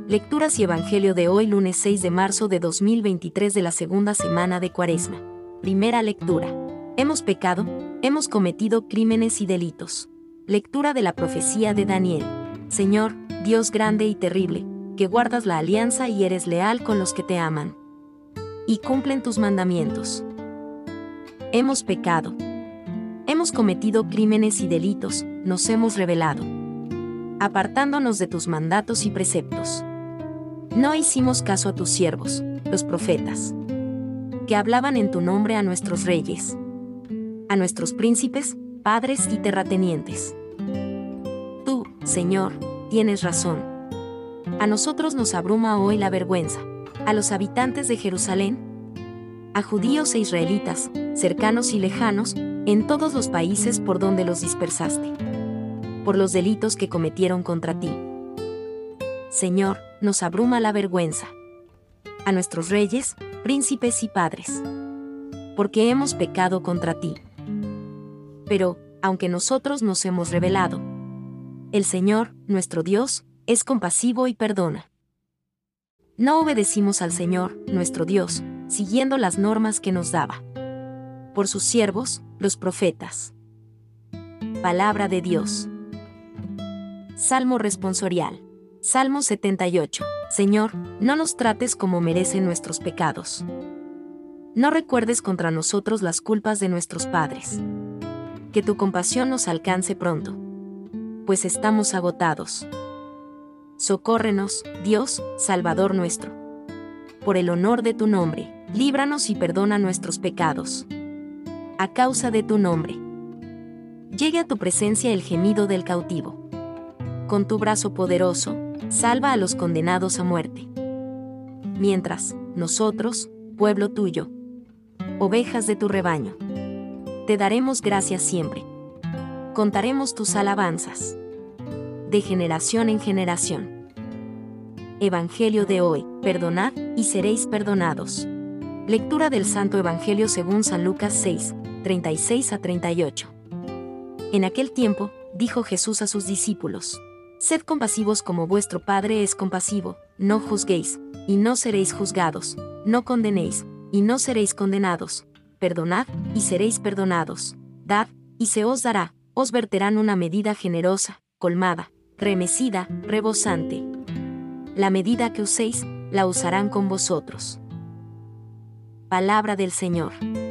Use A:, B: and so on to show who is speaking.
A: Lecturas y Evangelio de hoy, lunes 6 de marzo de 2023, de la segunda semana de Cuaresma. Primera lectura. Hemos pecado, hemos cometido crímenes y delitos. Lectura de la profecía de Daniel. Señor, Dios grande y terrible, que guardas la alianza y eres leal con los que te aman y cumplen tus mandamientos. Hemos pecado. Hemos cometido crímenes y delitos, nos hemos rebelado, apartándonos de tus mandatos y preceptos. No hicimos caso a tus siervos, los profetas, que hablaban en tu nombre a nuestros reyes, a nuestros príncipes, padres y terratenientes. Tú, Señor, tienes razón. A nosotros nos abruma hoy la vergüenza, a los habitantes de Jerusalén, a judíos e israelitas, cercanos y lejanos, en todos los países por donde los dispersaste, por los delitos que cometieron contra ti. Señor, nos abruma la vergüenza, a nuestros reyes, príncipes y padres, porque hemos pecado contra ti. Pero, aunque nosotros nos hemos rebelado, el Señor, nuestro Dios, es compasivo y perdona. No obedecimos al Señor, nuestro Dios, siguiendo las normas que nos daba por sus siervos, los profetas. Palabra de Dios. Salmo responsorial. Salmo 78. Señor, no nos trates como merecen nuestros pecados. No recuerdes contra nosotros las culpas de nuestros padres. Que tu compasión nos alcance pronto, pues estamos agotados. Socórrenos, Dios, Salvador nuestro. Por el honor de tu nombre, líbranos y perdona nuestros pecados. A causa de tu nombre. Llegue a tu presencia el gemido del cautivo. Con tu brazo poderoso, salva a los condenados a muerte. Mientras, nosotros, pueblo tuyo, ovejas de tu rebaño, te daremos gracias siempre. Contaremos tus alabanzas, de generación en generación. Evangelio de hoy, perdonad y seréis perdonados. Lectura del Santo Evangelio según San Lucas 6, 36 a 38. En aquel tiempo, dijo Jesús a sus discípulos: Sed compasivos como vuestro Padre es compasivo, no juzguéis, y no seréis juzgados, no condenéis, y no seréis condenados, perdonad, y seréis perdonados, dad, y se os dará, os verterán una medida generosa, colmada, remecida, rebosante. La medida que uséis, la usarán con vosotros. Palabra del Señor.